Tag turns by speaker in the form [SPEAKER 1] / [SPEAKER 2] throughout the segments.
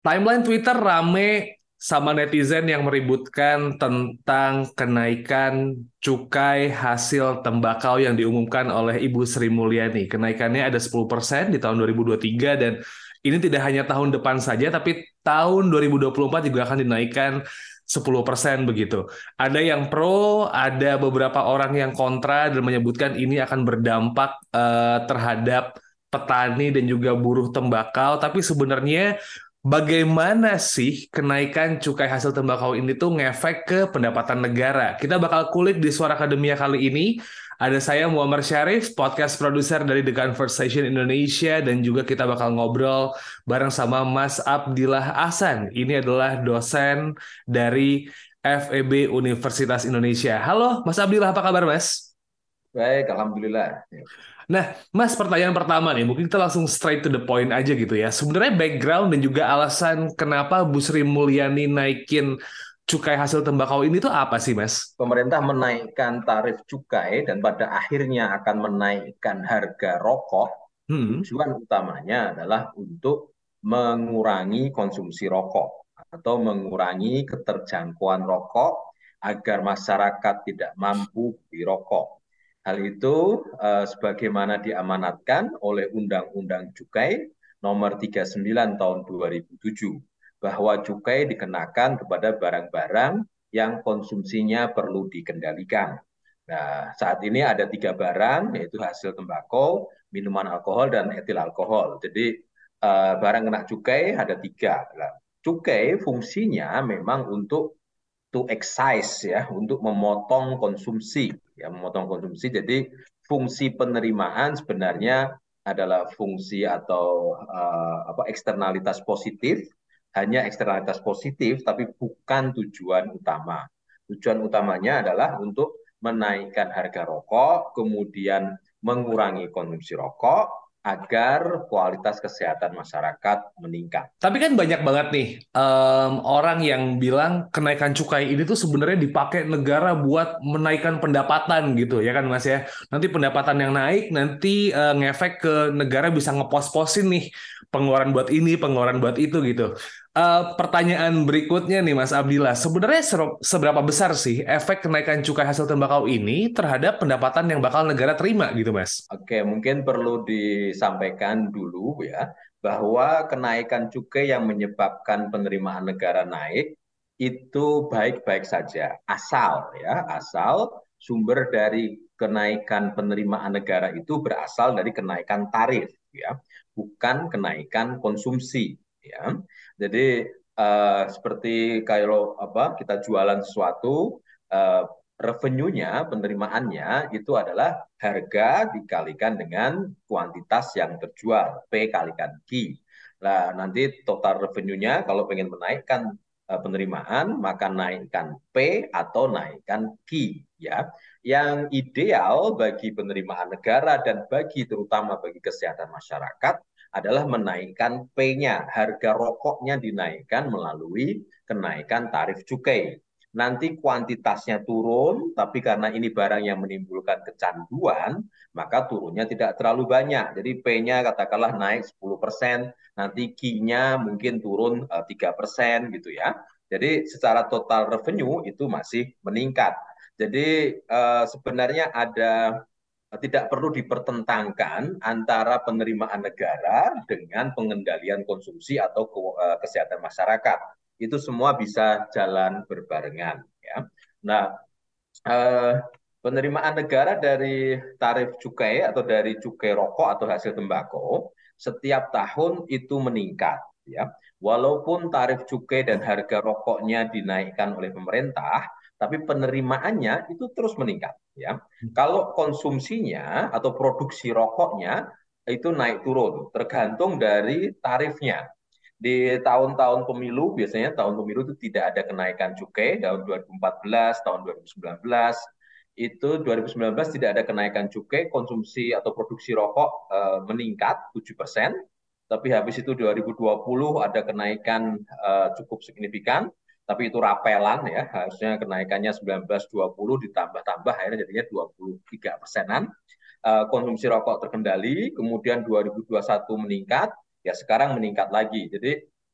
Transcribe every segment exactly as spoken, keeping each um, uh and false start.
[SPEAKER 1] Timeline Twitter rame sama netizen yang meributkan tentang kenaikan cukai hasil tembakau yang diumumkan oleh Ibu Sri Mulyani. Kenaikannya ada sepuluh persen di tahun dua ribu dua puluh tiga dan ini tidak hanya tahun depan saja, tapi tahun dua ribu dua puluh empat juga akan dinaikkan sepuluh persen begitu. Ada yang pro, ada beberapa orang yang kontra dan menyebutkan ini akan berdampak eh, terhadap petani dan juga buruh tembakau. Tapi sebenarnya bagaimana sih kenaikan cukai hasil tembakau ini tuh ngefek ke pendapatan negara? Kita bakal kulik di Suara Akademia kali ini. Ada saya Muammar Syarif, podcast produser dari The Conversation Indonesia, dan juga kita bakal ngobrol bareng sama Mas Abdillah Ahsan. Ini adalah dosen dari F E B Universitas Indonesia. Halo, Mas Abdillah, apa kabar, Mas?
[SPEAKER 2] Baik, alhamdulillah.
[SPEAKER 1] Nah, Mas, pertanyaan pertama nih, mungkin kita langsung straight to the point aja gitu ya. Sebenarnya background dan juga alasan kenapa Bu Sri Mulyani naikin cukai hasil tembakau ini tuh apa sih, Mas?
[SPEAKER 2] Pemerintah menaikkan tarif cukai dan pada akhirnya akan menaikkan harga rokok.
[SPEAKER 1] Hmm.
[SPEAKER 2] Tujuan utamanya adalah untuk mengurangi konsumsi rokok atau mengurangi keterjangkauan rokok agar masyarakat tidak mampu beli rokok. Hal itu eh, sebagaimana diamanatkan oleh Undang-Undang Cukai Nomor tiga puluh sembilan Tahun dua ribu tujuh bahwa cukai dikenakan kepada barang-barang yang konsumsinya perlu dikendalikan. Nah, saat ini ada tiga barang, yaitu hasil tembakau, minuman alkohol, dan etil alkohol. Jadi, eh, barang kena cukai ada tiga. Nah, cukai fungsinya memang untuk to excise ya, untuk memotong konsumsi ya, memotong konsumsi. Jadi fungsi penerimaan sebenarnya adalah fungsi atau uh, apa eksternalitas positif, hanya eksternalitas positif tapi bukan tujuan utama. Tujuan utamanya adalah untuk menaikkan harga rokok, kemudian mengurangi konsumsi rokok agar kualitas kesehatan masyarakat meningkat.
[SPEAKER 1] Tapi kan banyak banget nih em, orang yang bilang kenaikan cukai ini tuh sebenarnya dipakai negara buat menaikkan pendapatan gitu ya kan Mas ya. Nanti pendapatan yang naik nanti eh, ngefek ke negara bisa ngepos-posin nih pengeluaran buat ini, pengeluaran buat itu gitu. Eh, pertanyaan berikutnya nih Mas Abdillah, sebenarnya ser- seberapa besar sih efek kenaikan cukai hasil tembakau ini terhadap pendapatan yang bakal negara terima gitu Mas?
[SPEAKER 2] Oke, mungkin perlu disampaikan dulu ya, bahwa kenaikan cukai yang menyebabkan penerimaan negara naik itu baik-baik saja, asal ya, asal sumber dari kenaikan penerimaan negara itu berasal dari kenaikan tarif ya, bukan kenaikan konsumsi ya. Jadi eh, seperti kalau apa kita jualan sesuatu, eh, revenue-nya, penerimaannya itu adalah harga dikalikan dengan kuantitas yang terjual, P kalikan Q. Nah, nanti total revenue-nya kalau pengen menaikkan uh, penerimaan, maka naikkan P atau naikkan Q. Ya. Yang ideal bagi penerimaan negara dan bagi terutama bagi kesehatan masyarakat adalah menaikkan P-nya, harga rokoknya dinaikkan melalui kenaikan tarif cukai. Nanti kuantitasnya turun, tapi karena ini barang yang menimbulkan kecanduan, maka turunnya tidak terlalu banyak. Jadi P-nya katakanlah naik sepuluh persen, nanti Q-nya mungkin turun uh, tiga persen gitu ya. Jadi secara total revenue itu masih meningkat. Jadi uh, sebenarnya ada uh, tidak perlu dipertentangkan antara penerimaan negara dengan pengendalian konsumsi atau ke, uh, kesehatan masyarakat itu semua bisa jalan berbarengan ya. Nah, eh, penerimaan negara dari tarif cukai atau dari cukai rokok atau hasil tembakau setiap tahun itu meningkat ya. Walaupun tarif cukai dan harga rokoknya dinaikkan oleh pemerintah, tapi penerimaannya itu terus meningkat ya. Kalau konsumsinya atau produksi rokoknya itu naik turun tergantung dari tarifnya. Di tahun-tahun pemilu, biasanya tahun pemilu itu tidak ada kenaikan cukai, tahun dua ribu empat belas, tahun dua ribu sembilan belas, itu dua ribu sembilan belas tidak ada kenaikan cukai, konsumsi atau produksi rokok eh, meningkat tujuh persen, tapi habis itu dua ribu dua puluh ada kenaikan eh, cukup signifikan, tapi itu rapelan ya, harusnya kenaikannya sembilan belas dua puluh ditambah-tambah akhirnya jadinya dua puluh tiga persenan. Eh, konsumsi rokok terkendali, kemudian dua ribu dua puluh satu meningkat, ya sekarang meningkat lagi. Jadi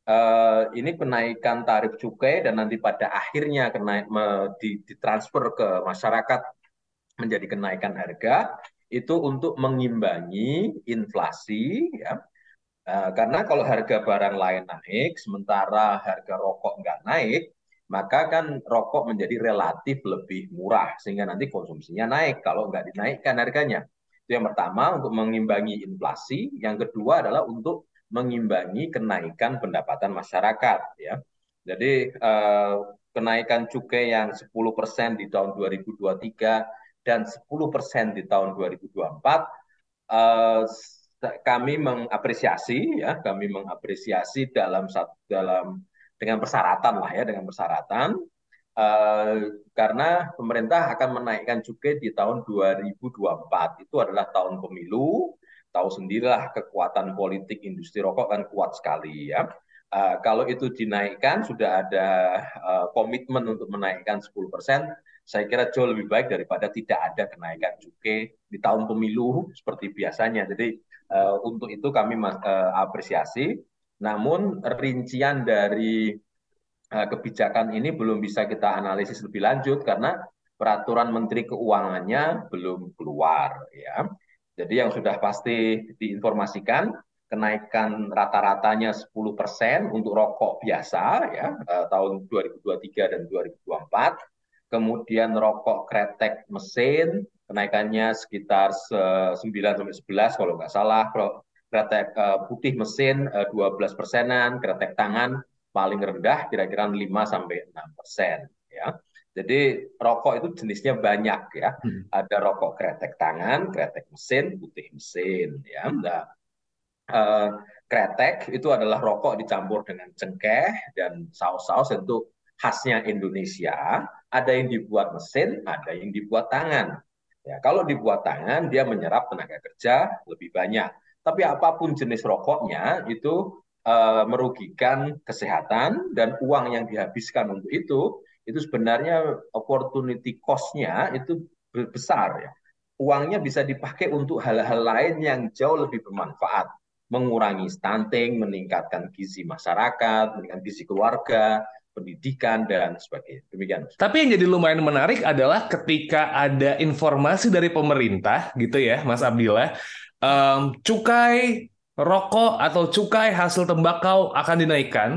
[SPEAKER 2] eh, ini kenaikan tarif cukai dan nanti pada akhirnya kena, me- di- ditransfer ke masyarakat menjadi kenaikan harga itu untuk mengimbangi inflasi ya. Eh, karena kalau harga barang lain naik, sementara harga rokok nggak naik, maka kan rokok menjadi relatif lebih murah, sehingga nanti konsumsinya naik kalau nggak dinaikkan harganya. Itu yang pertama, untuk mengimbangi inflasi. Yang kedua adalah untuk mengimbangi kenaikan pendapatan masyarakat. Ya. Jadi eh, kenaikan cukai yang sepuluh persen di tahun dua ribu dua puluh tiga dan sepuluh persen di tahun dua ribu dua puluh empat eh, kami mengapresiasi ya, kami mengapresiasi dalam dalam dengan persyaratan lah ya, dengan persyaratan eh, karena pemerintah akan menaikkan cukai di tahun dua ribu dua puluh empat. Itu adalah tahun pemilu. Tahu sendirilah kekuatan politik industri rokok kan kuat sekali ya. Uh, kalau itu dinaikkan, sudah ada uh, komitmen untuk menaikkan sepuluh persen, saya kira jauh lebih baik daripada tidak ada kenaikan cukai di tahun pemilu seperti biasanya. Jadi uh, untuk itu kami uh, apresiasi. Namun rincian dari uh, kebijakan ini belum bisa kita analisis lebih lanjut karena peraturan Menteri Keuangannya belum keluar ya. Jadi yang sudah pasti diinformasikan kenaikan rata-ratanya sepuluh persen untuk rokok biasa ya uh, tahun dua ribu dua puluh tiga dan dua ribu dua puluh empat. Kemudian rokok kretek mesin kenaikannya sekitar sembilan sampai sebelas kalau nggak salah. Kretek uh, putih mesin uh, dua belas persenan, kretek tangan paling rendah kira-kira lima sampai enam persen ya. Jadi rokok itu jenisnya banyak ya.
[SPEAKER 1] Hmm.
[SPEAKER 2] Ada rokok kretek tangan, kretek mesin, putih mesin ya. Nah, eh, kretek itu adalah rokok dicampur dengan cengkeh dan saus-saus untuk khasnya Indonesia. Ada yang dibuat mesin, ada yang dibuat tangan. Ya, kalau dibuat tangan, dia menyerap tenaga kerja lebih banyak. Tapi apapun jenis rokoknya, itu eh, merugikan kesehatan dan uang yang dihabiskan untuk itu, itu sebenarnya opportunity cost-nya itu besar ya. Uangnya bisa dipakai untuk hal-hal lain yang jauh lebih bermanfaat, mengurangi stunting, meningkatkan gizi masyarakat, meningkatkan gizi keluarga, pendidikan, dan sebagainya. Demikian.
[SPEAKER 1] Tapi yang jadi lumayan menarik adalah ketika ada informasi dari pemerintah gitu ya, Mas Abdillah, em, cukai rokok atau cukai hasil tembakau akan dinaikkan,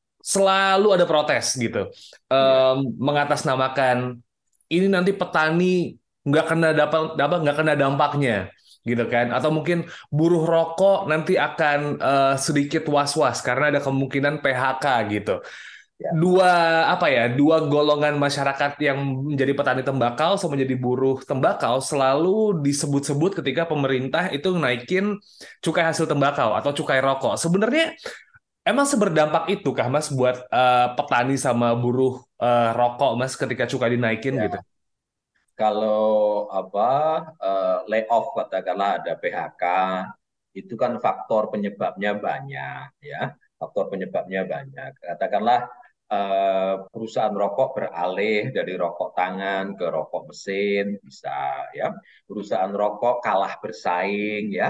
[SPEAKER 1] selalu ada protes gitu,
[SPEAKER 2] Iya.
[SPEAKER 1] Em, mengatasnamakan ini nanti petani nggak kena dapat dapat nggak kena dampaknya gitu kan, atau mungkin buruh rokok nanti akan eh, sedikit was-was karena ada kemungkinan P H K gitu.
[SPEAKER 2] Ya.
[SPEAKER 1] Dua apa ya dua golongan masyarakat yang menjadi petani tembakau sama menjadi buruh tembakau selalu disebut-sebut ketika pemerintah itu naikin cukai hasil tembakau atau cukai rokok. Sebenarnya emang seberdampak itu kah Mas buat eh, petani sama buruh eh, rokok Mas ketika cukai dinaikin gitu?
[SPEAKER 2] Ya. Kalau apa uh, layoff katakanlah ada P H K, itu kan faktor penyebabnya banyak ya. Faktor penyebabnya banyak. Katakanlah uh, perusahaan rokok beralih dari rokok tangan ke rokok mesin bisa ya. Perusahaan rokok kalah bersaing ya.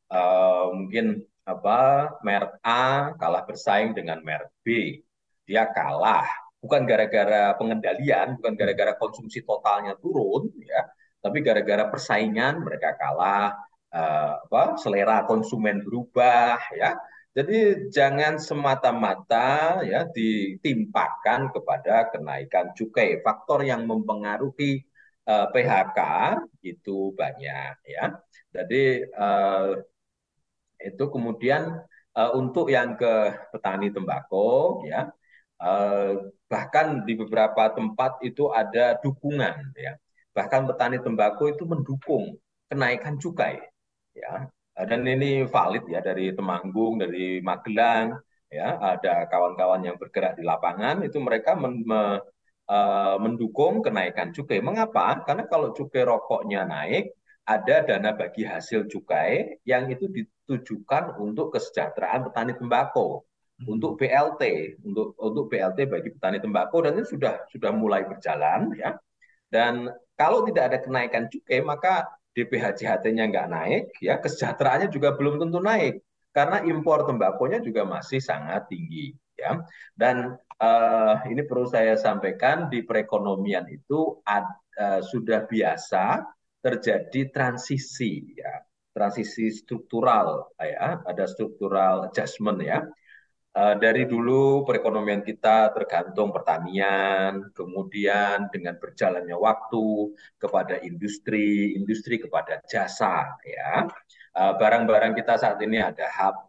[SPEAKER 2] Uh, mungkin apa merek A kalah bersaing dengan merek B. Dia kalah bukan gara-gara pengendalian, bukan gara-gara konsumsi totalnya turun, ya, tapi gara-gara persaingan mereka kalah, uh, apa, selera konsumen berubah, ya. Jadi jangan semata-mata ya ditimpakan kepada kenaikan cukai. Faktor yang mempengaruhi uh, P H K itu banyak, ya. Jadi uh, itu kemudian uh, untuk yang ke petani tembakau, ya. Eh, bahkan di beberapa tempat itu ada dukungan ya. Bahkan petani tembakau itu mendukung kenaikan cukai ya. Dan ini valid ya dari Temanggung, dari Magelang ya, ada kawan-kawan yang bergerak di lapangan itu mereka men, me, uh, mendukung kenaikan cukai. Mengapa? Karena kalau cukai rokoknya naik, ada dana bagi hasil cukai yang itu ditujukan untuk kesejahteraan petani tembakau, untuk B L T, untuk untuk B L T bagi petani tembakau, dan ini sudah sudah mulai berjalan ya. Dan kalau tidak ada kenaikan cukai maka D P H C H T-nya nggak naik, ya kesejahteraannya juga belum tentu naik karena impor tembakonya juga masih sangat tinggi. ya. Dan uh, ini perlu saya sampaikan, di perekonomian itu ad, uh, sudah biasa terjadi transisi, ya, transisi struktural, ya, ada struktural adjustment, ya. Uh, dari dulu perekonomian kita tergantung pertanian, kemudian dengan berjalannya waktu kepada industri, industri kepada jasa, ya. Uh, barang-barang kita saat ini ada H P,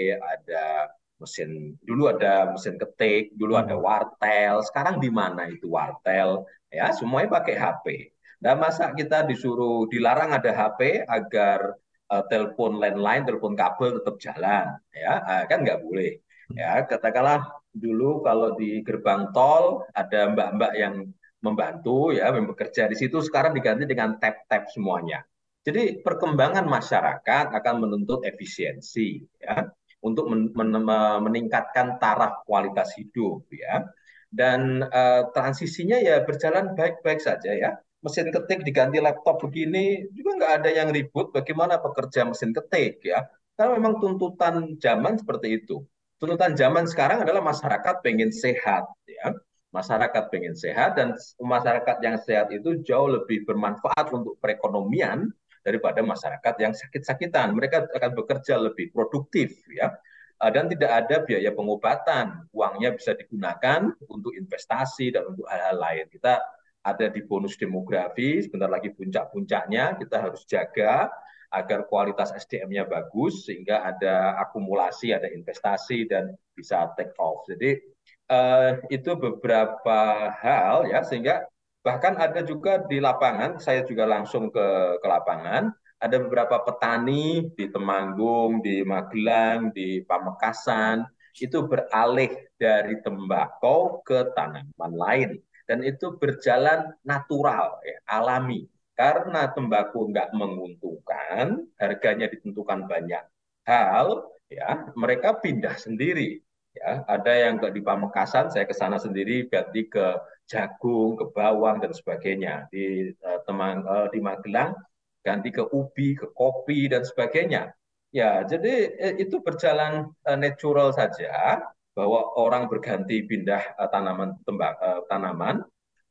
[SPEAKER 2] ada mesin, dulu ada mesin ketik, dulu ada
[SPEAKER 1] Hmm.
[SPEAKER 2] wartel, sekarang di mana itu wartel? Ya, semuanya pakai H P. Nah, masa kita disuruh dilarang ada H P agar uh, telepon landline, telepon kabel tetap jalan, ya, uh, kan nggak boleh. Ya, katakanlah dulu kalau di gerbang tol ada mbak-mbak yang membantu, ya, yang bekerja di situ, sekarang diganti dengan tap-tap semuanya. Jadi perkembangan masyarakat akan menuntut efisiensi, ya, untuk men men meningkatkan taraf kualitas hidup, ya. Dan uh, transisinya ya berjalan baik-baik saja, ya. Mesin ketik diganti laptop begini juga nggak ada yang ribut. Bagaimana pekerja mesin ketik, ya? Karena memang tuntutan zaman seperti itu. Tuntutan zaman sekarang adalah masyarakat pengen sehat, ya. Masyarakat pengen sehat, dan masyarakat yang sehat itu jauh lebih bermanfaat untuk perekonomian daripada masyarakat yang sakit-sakitan. Mereka akan bekerja lebih produktif, ya. Dan tidak ada biaya pengobatan. Uangnya bisa digunakan untuk investasi dan untuk hal-hal lain. Kita ada di bonus demografi, sebentar lagi puncak-puncaknya, kita harus jaga agar kualitas S D M-nya bagus, sehingga ada akumulasi, ada investasi, dan bisa take off. Jadi eh, itu beberapa hal, ya, sehingga bahkan ada juga di lapangan, saya juga langsung ke, ke lapangan, ada beberapa petani di Temanggung, di Magelang, di Pamekasan, itu beralih dari tembakau ke tanaman lain. Dan itu berjalan natural, ya, alami. Karena tembakau nggak menguntungkan, harganya ditentukan banyak hal, ya, mereka pindah sendiri. Ya, ada yang ke di Pamekasan, saya ke sana sendiri, ganti ke jagung, ke bawang dan sebagainya. Di uh, Temang, uh, di Magelang ganti ke ubi, ke kopi dan sebagainya. Ya, jadi eh, itu berjalan uh, natural saja, bahwa orang berganti pindah uh, tanaman tembak uh, tanaman,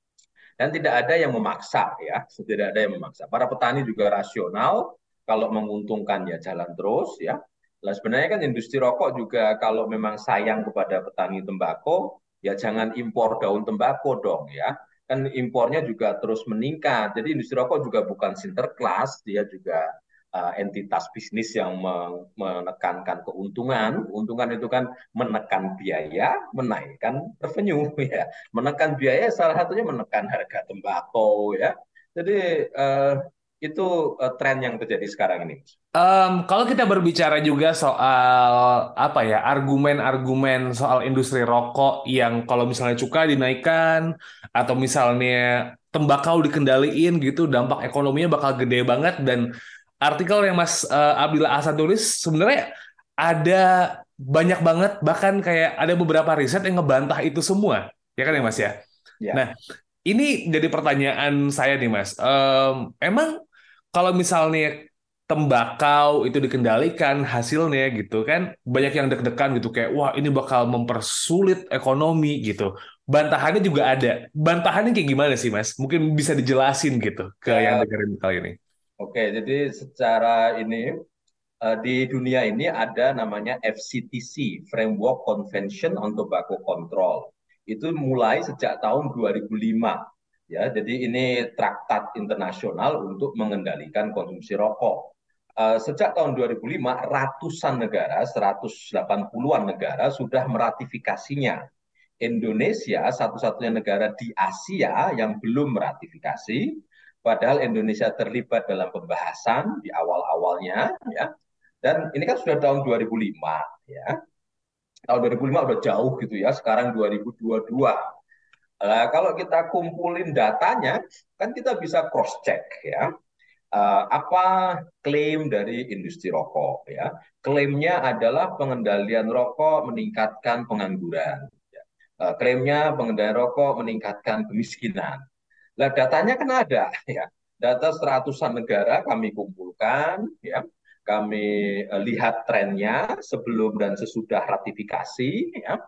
[SPEAKER 2] dan tidak ada yang memaksa, ya, tidak ada yang memaksa. Para petani juga rasional, kalau menguntungkan ya jalan terus, ya. Nah, sebenarnya kan industri rokok juga kalau memang sayang kepada petani tembakau, ya jangan impor daun tembakau dong, ya. Kan impornya juga terus meningkat. Jadi industri rokok juga bukan sinterklas, dia juga uh, entitas bisnis yang menekankan keuntungan. Keuntungan itu kan menekan biaya, menaikkan revenue, ya. Menekan biaya salah satunya menekan harga tembakau, ya. Jadi uh, itu uh, tren yang terjadi sekarang ini.
[SPEAKER 1] Em, kalau kita berbicara juga soal apa ya, argumen-argumen soal industri rokok yang kalau misalnya cukai dinaikkan atau misalnya tembakau dikendaliin gitu, dampak ekonominya bakal gede banget. Dan artikel yang Mas eh, Abdillah Ahsan tulis sebenarnya ada banyak banget, bahkan kayak ada beberapa riset yang ngebantah itu semua, ya kan ya Mas ya.
[SPEAKER 2] Ya.
[SPEAKER 1] Nah, ini jadi pertanyaan saya nih Mas. Em, emang kalau misalnya tembakau itu dikendalikan hasilnya gitu kan banyak yang deg-degan gitu kayak wah ini bakal mempersulit ekonomi gitu. Bantahannya juga ada. Bantahannya kayak gimana sih Mas? Mungkin bisa dijelasin gitu ke yang
[SPEAKER 2] Uh,
[SPEAKER 1] dengerin kali ini.
[SPEAKER 2] Oke, okay, jadi secara ini uh, di dunia ini ada namanya F C T C, Framework Convention on Tobacco Control. Itu mulai sejak tahun dua ribu lima. Ya, jadi ini traktat internasional untuk mengendalikan konsumsi rokok. Uh, sejak tahun dua ribu lima, ratusan negara, seratus delapan puluhan negara sudah meratifikasinya. Indonesia satu-satunya negara di Asia yang belum meratifikasi, padahal Indonesia terlibat dalam pembahasan di awal-awalnya, ya. Dan ini kan sudah tahun dua ribu lima, ya. Tahun dua ribu lima udah jauh gitu, ya. Sekarang dua ribu dua puluh dua. Nah, kalau kita kumpulin datanya, kan kita bisa cross check, ya. Uh, apa klaim dari industri rokok, ya? Klaimnya adalah pengendalian rokok meningkatkan pengangguran. Uh, klaimnya pengendalian rokok meningkatkan kemiskinan. Nah, datanya kan ada, ya. Data seratusan negara kami kumpulkan, ya. Kami uh, lihat trennya sebelum dan sesudah ratifikasi, ya.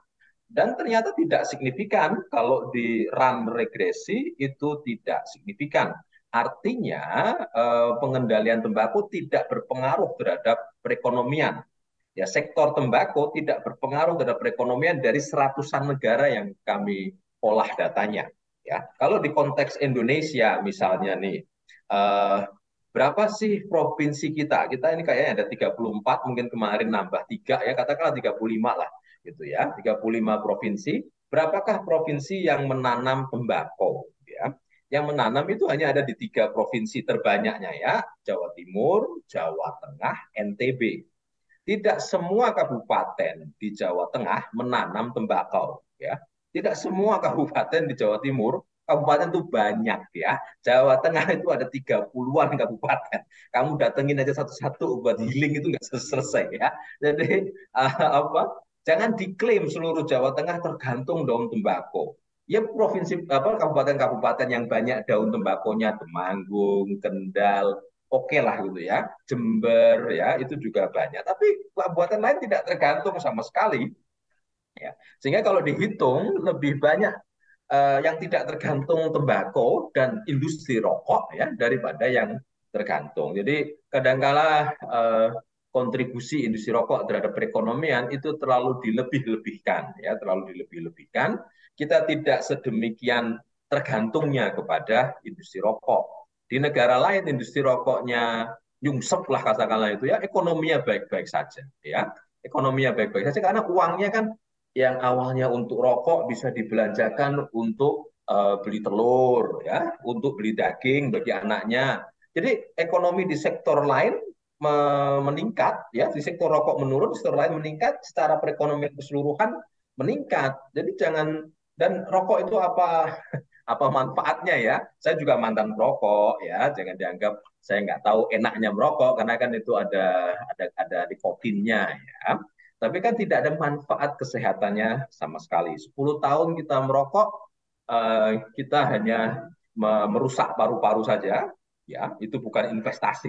[SPEAKER 2] Dan ternyata tidak signifikan, kalau di run regresi itu tidak signifikan. Artinya eh, pengendalian tembakau tidak berpengaruh terhadap perekonomian. Ya, sektor tembakau tidak berpengaruh terhadap perekonomian dari seratusan negara yang kami olah datanya. Ya, kalau di konteks Indonesia misalnya nih, eh, berapa sih provinsi kita? Kita ini kayaknya ada tiga puluh empat, mungkin kemarin nambah tiga ya, katakanlah tiga puluh lima lah gitu ya, tiga puluh lima provinsi. Berapakah provinsi yang menanam tembakau ya? Yang menanam itu hanya ada di tiga provinsi terbanyaknya ya, Jawa Timur, Jawa Tengah, N T B. Tidak semua kabupaten di Jawa Tengah menanam tembakau ya. Tidak semua kabupaten di Jawa Timur, kabupaten itu banyak ya. Jawa Tengah itu ada tiga puluhan kabupaten. Kamu datengin aja satu-satu buat healing itu nggak selesai ya. Jadi uh, apa? Jangan diklaim seluruh Jawa Tengah tergantung daun tembakau. Ya provinsi apa kabupaten-kabupaten yang banyak daun tembakonya, Temanggung, Kendal, oke okay lah gitu ya. Jember ya itu juga banyak. Tapi kabupaten lain tidak tergantung sama sekali. Ya. Sehingga kalau dihitung lebih banyak uh, yang tidak tergantung tembakau dan industri rokok ya daripada yang tergantung. Jadi kadangkala uh, kontribusi industri rokok terhadap perekonomian itu terlalu dilebih-lebihkan ya, terlalu dilebih-lebihkan. Kita tidak sedemikian tergantungnya kepada industri rokok. Di negara lain industri rokoknya nyungsep lah katakanlah itu ya, ekonominya baik-baik saja ya. Ekonominya baik-baik saja karena uangnya kan yang awalnya untuk rokok bisa dibelanjakan untuk uh, beli telur ya, untuk beli daging bagi anaknya. Jadi ekonomi di sektor lain meningkat ya, di sektor rokok menurun, di sektor lain meningkat, secara perekonomian keseluruhan meningkat. Jadi jangan, dan rokok itu apa apa manfaatnya ya? Saya juga mantan perokok ya, jangan dianggap saya nggak tahu enaknya merokok karena kan itu ada ada ada nikotinnya ya. Tapi kan tidak ada manfaat kesehatannya sama sekali. sepuluh tahun kita merokok, eh, kita hanya merusak paru-paru saja, ya itu bukan investasi,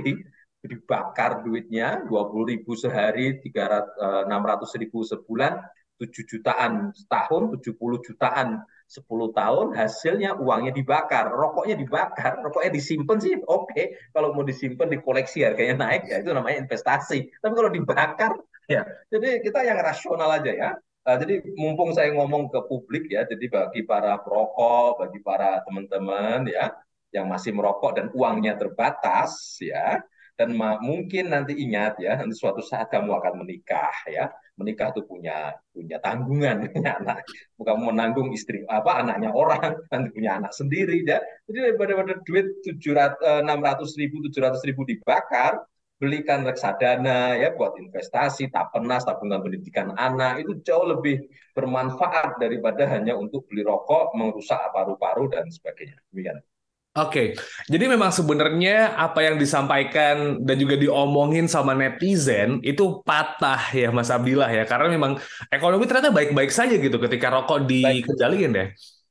[SPEAKER 2] dibakar duitnya dua puluh ribu sehari, tiga ratus, enam ratus ribu sebulan, tujuh jutaan setahun, tujuh puluh jutaan sepuluh tahun, hasilnya uangnya dibakar, rokoknya dibakar, rokoknya disimpan sih oke, okay. Kalau mau disimpan dikoleksi harganya naik ya itu namanya investasi. Tapi kalau dibakar ya, jadi kita yang rasional aja ya. Uh, jadi mumpung saya ngomong ke publik ya, jadi bagi para perokok, bagi para teman-teman ya yang masih merokok dan uangnya terbatas ya, dan mungkin nanti ingat ya, nanti suatu saat kamu akan menikah ya, menikah tuh punya punya tanggungan, punya anak, kamu menanggung istri apa anaknya orang, nanti punya anak sendiri ya. Jadi daripada duit tujuh ratus enam ratus ribu tujuh ratus ribu dibakar, belikan reksadana ya buat investasi, tapenas, tabungan pendidikan anak, itu jauh lebih bermanfaat daripada hanya untuk beli rokok, merusak paru-paru dan sebagainya. Demikian.
[SPEAKER 1] Oke, jadi memang sebenarnya apa yang disampaikan dan juga diomongin sama netizen itu patah ya Mas Abdillah ya, karena memang ekonomi ternyata baik-baik saja gitu ketika rokok
[SPEAKER 2] Baik,
[SPEAKER 1] dikendalikan deh.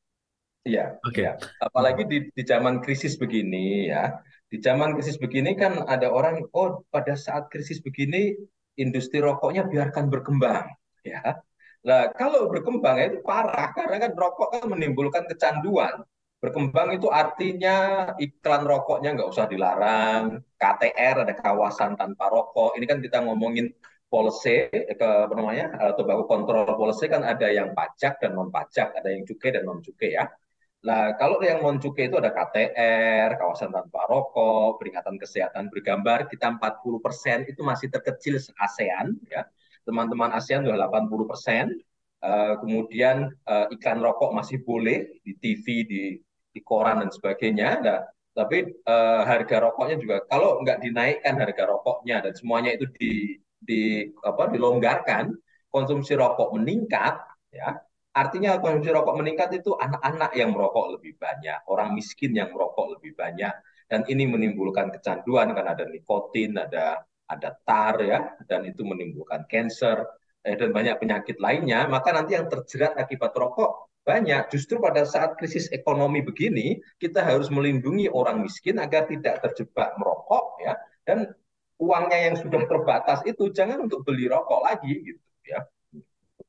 [SPEAKER 2] iya, iya.
[SPEAKER 1] Oke.
[SPEAKER 2] Apalagi di, di zaman krisis begini ya. Di zaman krisis begini kan ada orang, oh pada saat krisis begini industri rokoknya biarkan berkembang. Ya. Nah, kalau berkembang itu parah karena kan rokok kan menimbulkan kecanduan. Berkembang itu artinya iklan rokoknya nggak usah dilarang, K T R ada kawasan tanpa rokok. Ini kan kita ngomongin policy ke apa namanya eh, tobacco control policy kan ada yang pajak dan non pajak, ada yang cukai dan non cukai ya. Nah, kalau yang non cukai itu ada K T R, kawasan tanpa rokok, peringatan kesehatan bergambar, kita empat puluh persen itu masih terkecil se-ASEAN, ya. Teman-teman ASEAN sudah delapan puluh persen. Uh, kemudian uh, iklan rokok masih boleh di T V, di, di koran dan sebagainya. Nah, tapi uh, harga rokoknya juga kalau nggak dinaikkan harga rokoknya dan semuanya itu di, di apa dilonggarkan, konsumsi rokok meningkat, ya. Artinya konsumsi rokok meningkat itu anak-anak yang merokok lebih banyak, orang miskin yang merokok lebih banyak, dan ini menimbulkan kecanduan karena ada nikotin, ada ada tar ya, dan itu menimbulkan cancer eh, dan banyak penyakit lainnya. Maka nanti yang terjerat akibat rokok banyak. Justru pada saat krisis ekonomi begini, kita harus melindungi orang miskin agar tidak terjebak merokok ya, dan uangnya yang sudah terbatas itu jangan untuk beli rokok lagi gitu ya.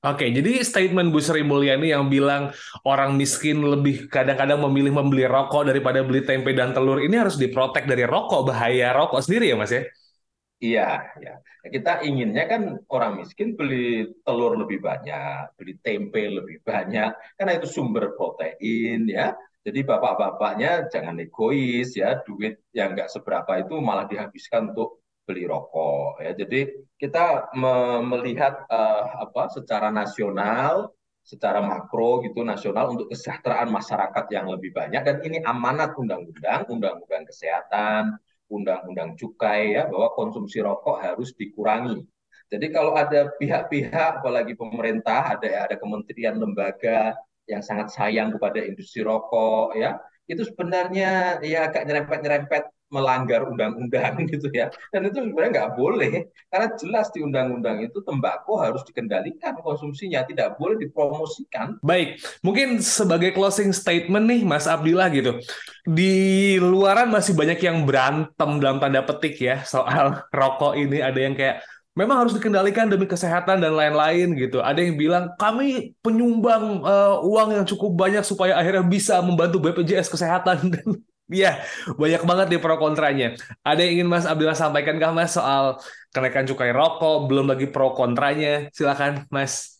[SPEAKER 1] Oke, jadi statement Bu Sri Mulyani yang bilang orang miskin lebih kadang-kadang memilih membeli rokok daripada beli tempe dan telur ini harus diprotek dari rokok, bahaya rokok sendiri ya Mas ya?
[SPEAKER 2] Iya, ya. Kita inginnya kan orang miskin beli telur lebih banyak, beli tempe lebih banyak, karena itu sumber protein ya. Jadi bapak-bapaknya jangan egois ya, duit yang nggak seberapa itu malah dihabiskan untuk beli rokok ya. Jadi kita me- melihat eh, apa secara nasional, secara makro gitu nasional untuk kesejahteraan masyarakat yang lebih banyak dan ini amanat undang-undang, undang-undang kesehatan, undang-undang cukai ya bahwa konsumsi rokok harus dikurangi. Jadi kalau ada pihak-pihak apalagi pemerintah ada ada kementerian lembaga yang sangat sayang kepada industri rokok ya itu sebenarnya ya agak nyerempet-nyerempet melanggar undang-undang gitu ya dan itu sebenarnya nggak boleh karena jelas di undang-undang itu tembakau harus dikendalikan konsumsinya tidak boleh dipromosikan.
[SPEAKER 1] Baik, mungkin sebagai closing statement nih Mas Abdillah gitu. Di luaran masih banyak yang berantem dalam tanda petik ya soal rokok ini. Ada yang kayak memang harus dikendalikan demi kesehatan dan lain-lain gitu. Ada yang bilang kami penyumbang eh, uang yang cukup banyak supaya akhirnya bisa membantu B P J S kesehatan dan ya banyak banget nih pro kontranya. Ada yang ingin Mas Abdillah sampaikan kah Mas soal kenaikan cukai rokok, belum lagi pro kontranya. Silakan Mas.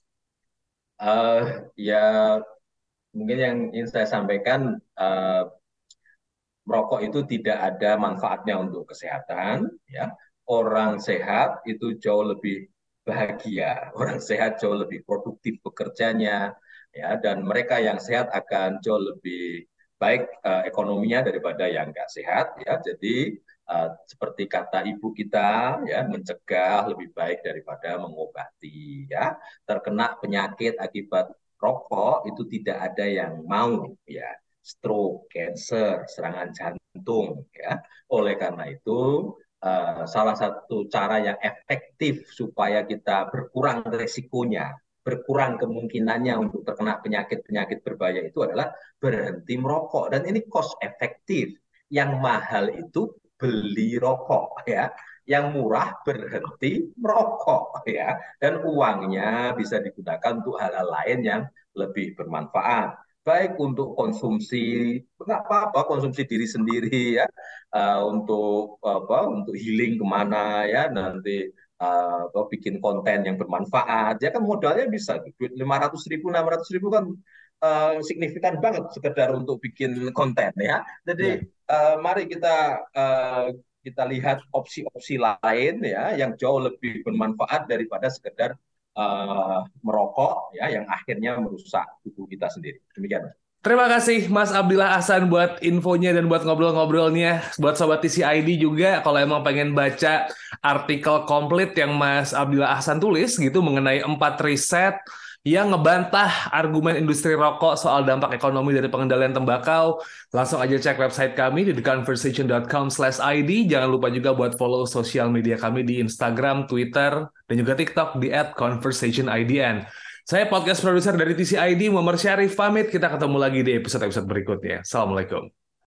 [SPEAKER 2] Uh, ya mungkin yang ingin saya sampaikan uh, merokok itu tidak ada manfaatnya untuk kesehatan ya orang sehat itu jauh lebih bahagia orang sehat jauh lebih produktif bekerjanya ya dan mereka yang sehat akan jauh lebih baik uh, ekonominya daripada yang nggak sehat ya jadi uh, seperti kata ibu kita ya mencegah lebih baik daripada mengobati ya terkena penyakit akibat rokok itu tidak ada yang mau ya stroke, cancer, serangan jantung. Ya. Oleh karena itu, uh, salah satu cara yang efektif supaya kita berkurang resikonya, berkurang kemungkinannya untuk terkena penyakit-penyakit berbahaya itu adalah berhenti merokok. Dan ini cost efektif. Yang mahal itu beli rokok ya. Yang murah berhenti merokok ya. Dan uangnya bisa digunakan untuk hal-hal lain yang lebih bermanfaat baik untuk konsumsi nggak apa-apa konsumsi diri sendiri ya uh, untuk apa untuk healing kemana ya nanti uh, bikin konten yang bermanfaat ya kan modalnya bisa duit lima ratus ribu enam ratus ribu kan uh, signifikan banget sekedar untuk bikin konten ya
[SPEAKER 1] Ya.
[SPEAKER 2] jadi uh, mari kita uh, kita lihat opsi-opsi lain ya yang jauh lebih bermanfaat daripada sekedar uh, merokok ya yang akhirnya merusak tubuh kita sendiri. Demikian.
[SPEAKER 1] Terima kasih Mas Abdillah Ahsan buat infonya dan buat ngobrol-ngobrolnya. Buat Sobat T C I D juga, kalau emang pengen baca artikel komplit yang Mas Abdillah Ahsan tulis gitu mengenai empat riset yang ngebantah argumen industri rokok soal dampak ekonomi dari pengendalian tembakau, langsung aja cek website kami di the conversation dot com slash i d. Jangan lupa juga buat follow sosial media kami di Instagram, Twitter, dan juga TikTok di at conversation i d n. Saya podcast produser dari T C I D, Muhammad Syarif, pamit. Kita ketemu lagi di episode-episode berikutnya. Assalamualaikum.